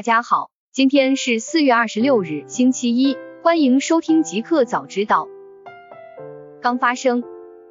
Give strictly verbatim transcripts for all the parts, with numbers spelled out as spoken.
大家好，今天是四月二十六日，星期一，欢迎收听极客早知道。刚发生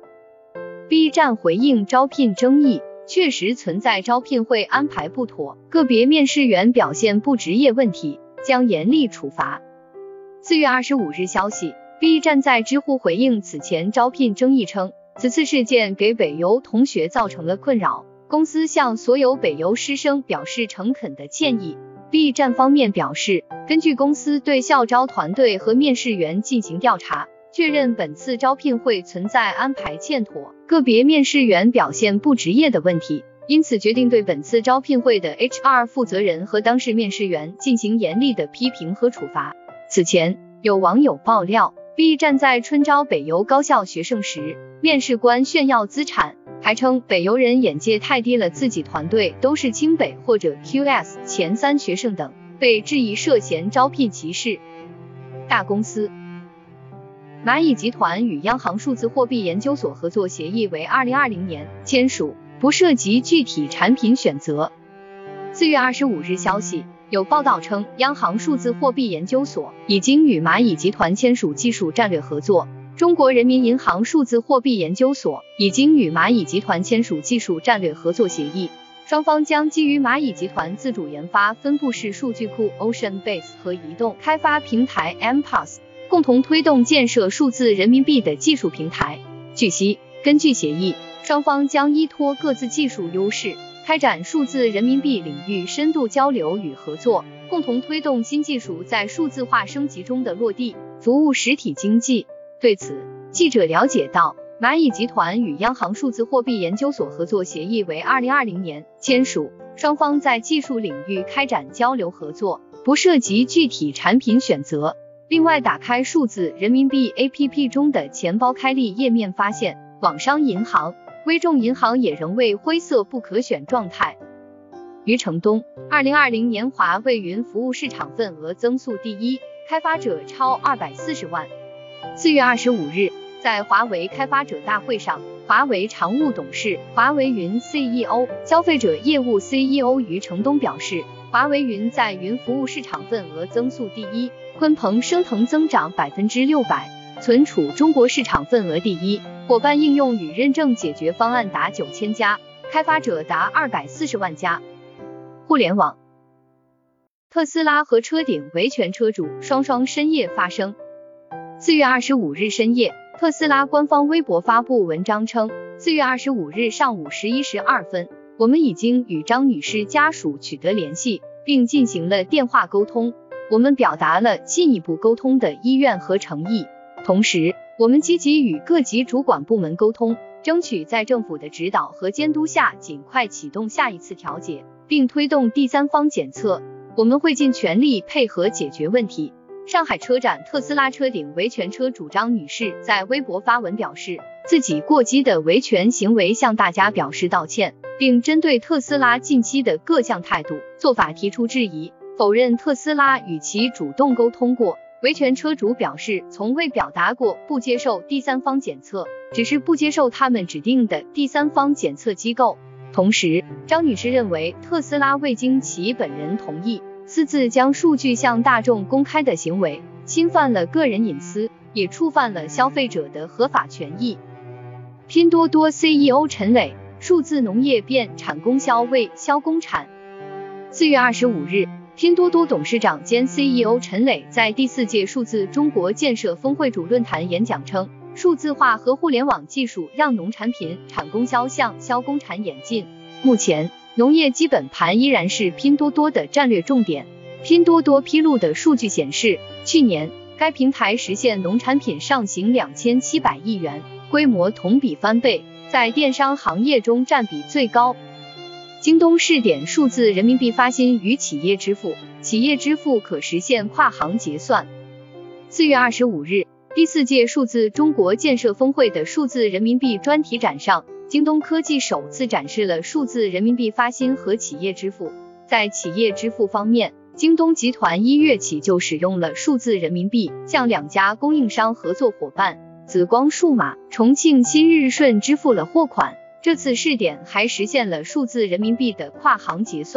，B 站回应招聘争议，确实存在招聘会安排不妥，个别面试员表现不职业问题，将严厉处罚。四月二十五日消息 ，B 站在知乎回应此前招聘争议称，此次事件给北邮同学造成了困扰，公司向所有北邮师生表示诚恳的歉意。B 站方面表示，根据公司对校招团队和面试员进行调查，确认本次招聘会存在安排欠妥，个别面试员表现不职业的问题，因此决定对本次招聘会的 H R 负责人和当事面试员进行严厉的批评和处罚。此前，有网友爆料 ，B 站在春招北邮高校学生时，面试官炫耀资产，还称北邮人眼界太低了，自己团队都是清北或者 Q S 前三学生等，被质疑涉嫌招聘歧视。大公司蚂蚁集团与央行数字货币研究所合作协议为二零二零年签署，不涉及具体产品选择。四月二十五日消息，有报道称，央行数字货币研究所已经与蚂蚁集团签署技术战略合作。中国人民银行数字货币研究所已经与蚂蚁集团签署技术战略合作协议，双方将基于蚂蚁集团自主研发分布式数据库 OceanBase 和移动开发平台 M P A S， 共同推动建设数字人民币的技术平台。据悉，根据协议，双方将依托各自技术优势，开展数字人民币领域深度交流与合作，共同推动新技术在数字化升级中的落地，服务实体经济。对此，记者了解到，蚂蚁集团与央行数字货币研究所合作协议为二零二零年签署，双方在技术领域开展交流合作，不涉及具体产品选择。另外，打开数字人民币 A P P 中的钱包开立页面发现，网商银行、微众银行也仍为灰色不可选状态。余承东，二零二零年华为云服务市场份额增速第一，开发者超二百四十万。四月二十五日，在华为开发者大会上，华为常务董事、华为云 C E O、消费者业务 C E O 余承东表示，华为云在云服务市场份额增速第一，鲲鹏升腾增长 百分之六百， 存储中国市场份额第一，伙伴应用与认证解决方案达九千家，开发者达二百四十万家。互联网，特斯拉和车顶维权车主双双深夜发声。四月二十五日深夜，特斯拉官方微博发布文章称，四月二十五日上午十一时二分，我们已经与张女士家属取得联系，并进行了电话沟通，我们表达了进一步沟通的意愿和诚意。同时，我们积极与各级主管部门沟通，争取在政府的指导和监督下尽快启动下一次调解，并推动第三方检测。我们会尽全力配合解决问题。上海车展特斯拉车顶维权车主张女士在微博发文表示，自己过激的维权行为向大家表示道歉，并针对特斯拉近期的各项态度做法提出质疑，否认特斯拉与其主动沟通过。维权车主表示，从未表达过不接受第三方检测，只是不接受他们指定的第三方检测机构。同时，张女士认为特斯拉未经其本人同意私自将数据向大众公开的行为，侵犯了个人隐私，也触犯了消费者的合法权益。拼多多 C E O 陈磊，数字农业变产供销为销公产。四月二十五日，拼多多董事长兼 C E O 陈磊在第四届数字中国建设峰会主论坛演讲称，数字化和互联网技术让农产品产供销向销公产演进。目前，农业基本盘依然是拼多多的战略重点。拼多多披露的数据显示，去年该平台实现农产品上行两千七百亿元，规模同比翻倍，在电商行业中占比最高。京东试点数字人民币发薪与企业支付，企业支付可实现跨行结算。四月二十五日，第四届数字中国建设峰会的数字人民币专题展上，京东科技首次展示了数字人民币发薪和企业支付。在企业支付方面，京东集团一月起就使用了数字人民币，向两家供应商合作伙伴紫光数码、重庆新日顺支付了货款。这次试点还实现了数字人民币的跨行结算，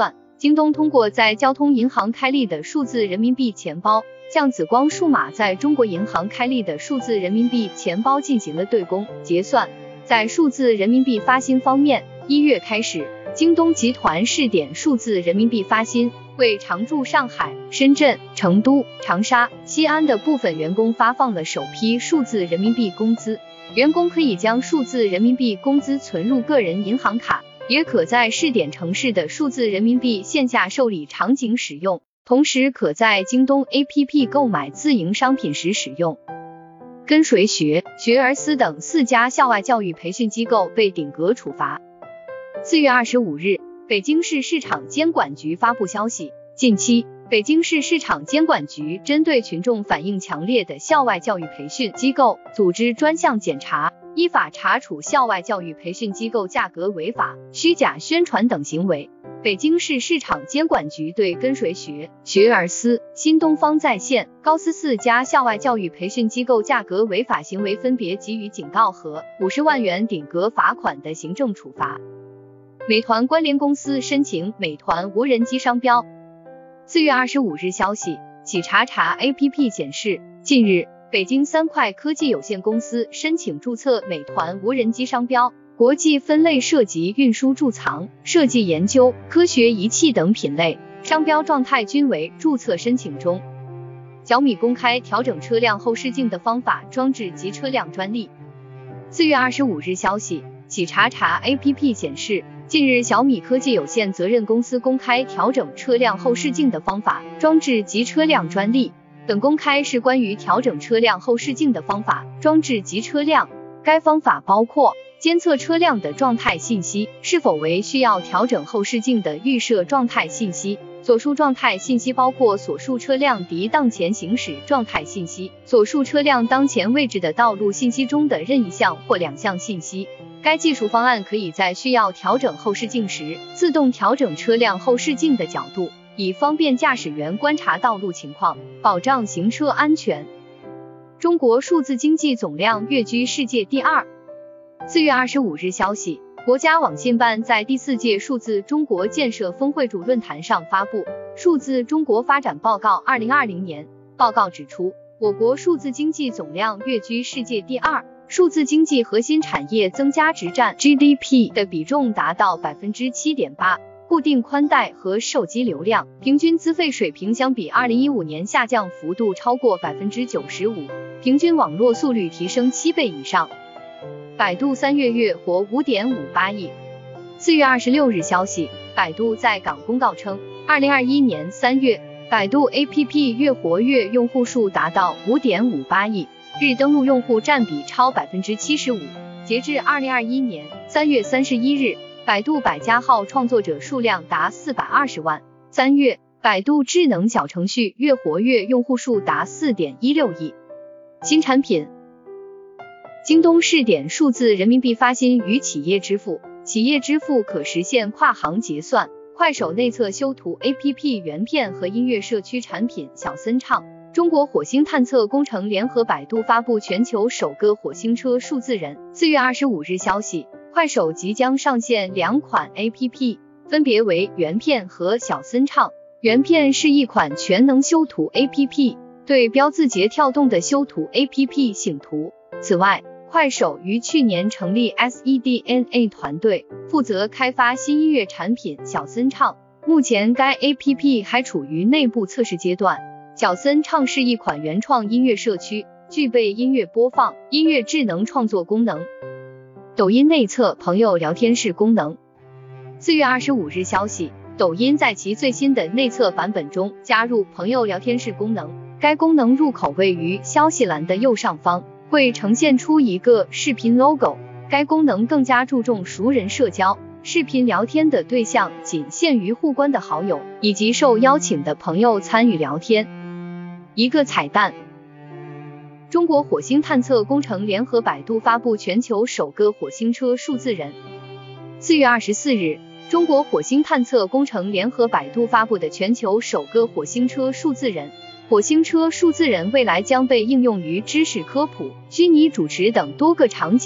京东通过在交通银行开立的数字人民币钱包，向紫光数码在中国银行开立的数字人民币钱包进行了对公结算。在数字人民币发行方面，一月开始，京东集团试点数字人民币发行，为常驻上海、深圳、成都、长沙、西安的部分员工发放了首批数字人民币工资。员工可以将数字人民币工资存入个人银行卡，也可在试点城市的数字人民币线下受理场景使用，同时可在京东 A P P 购买自营商品时使用。跟谁学、学而思等四家校外教育培训机构被顶格处罚。四月二十五日，北京市市场监管局发布消息，近期北京市市场监管局针对群众反映强烈的校外教育培训机构组织专项检查，依法查处校外教育培训机构价格违法、虚假宣传等行为。北京市市场监管局对跟谁学、学而思、新东方在线、高思四家校外教育培训机构价格违法行为分别给予警告和五十万元顶格罚款的行政处罚。美团关联公司申请美团无人机商标。四月二十五日消息，企查查 A P P 显示，近日北京三快科技有限公司申请注册美团无人机商标，国际分类涉及运输贮藏、设计研究、科学仪器等品类，商标状态均为注册申请中。小米公开调整车辆后视镜的方法、装置及车辆专利。四月二十五日消息，企查查 A P P 显示，近日小米科技有限责任公司公开调整车辆后视镜的方法、装置及车辆专利。本公开是关于调整车辆后视镜的方法、装置及车辆。该方法包括监测车辆的状态信息，是否为需要调整后视镜的预设状态信息。所述状态信息包括所述车辆敌当前行驶状态信息、所述车辆当前位置的道路信息中的任一项或两项信息。该技术方案可以在需要调整后视镜时，自动调整车辆后视镜的角度，以方便驾驶员观察道路情况，保障行车安全。中国数字经济总量跃居世界第二。四月二十五日消息，国家网信办在第四届数字中国建设峰会主论坛上发布《数字中国发展报告二零二零年》。报告指出，我国数字经济总量跃居世界第二，数字经济核心产业增加值占 G D P 的比重达到 百分之七点八， 固定宽带和手机流量平均资费水平相比二零一五年下降幅度超过 百分之九十五， 平均网络速率提升七倍以上。百度三月月活 五点五八亿。四月二十六日消息，百度在港公告称，二零二一年三月，百度 A P P 月活跃用户数达到 五点五八亿，日登录用户占比超 百分之七十五。截至二零二一年三月三十一日，百度百家号创作者数量达四百二十万。三月，百度智能小程序月活跃用户数达 四点一六亿。新产品，京东试点数字人民币发行与企业支付，企业支付可实现跨行结算。快手内测修图 A P P 原片和音乐社区产品小森唱。中国火星探测工程联合百度发布全球首个火星车数字人。四月二十五日消息，快手即将上线两款 A P P， 分别为原片和小森唱。原片是一款全能修图 A P P， 对标字节跳动的修图 A P P 醒图。此外，快手于去年成立 S E D N A 团队，负责开发新音乐产品小森唱。目前该 A P P 还处于内部测试阶段。小森唱是一款原创音乐社区，具备音乐播放、音乐智能创作功能。抖音内测朋友聊天室功能。四月二十五日消息，抖音在其最新的内测版本中加入朋友聊天室功能，该功能入口位于消息栏的右上方，会呈现出一个视频 logo。该功能更加注重熟人社交，视频聊天的对象仅限于互关的好友以及受邀请的朋友参与聊天。一个彩蛋，中国火星探测工程联合百度发布全球首个火星车数字人。四月二十四日，中国火星探测工程联合百度发布的全球首个火星车数字人。火星车数字人未来将被应用于知识科普、虚拟主持等多个场景。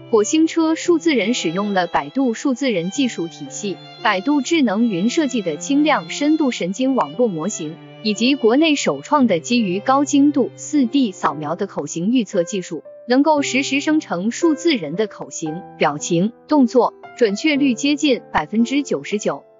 火星车数字人使用了百度数字人技术体系、百度智能云设计的轻量深度神经网络模型，以及国内首创的基于高精度 四 D 扫描的口型预测技术，能够实时生成数字人的口型、表情、动作，准确率接近 百分之九十九。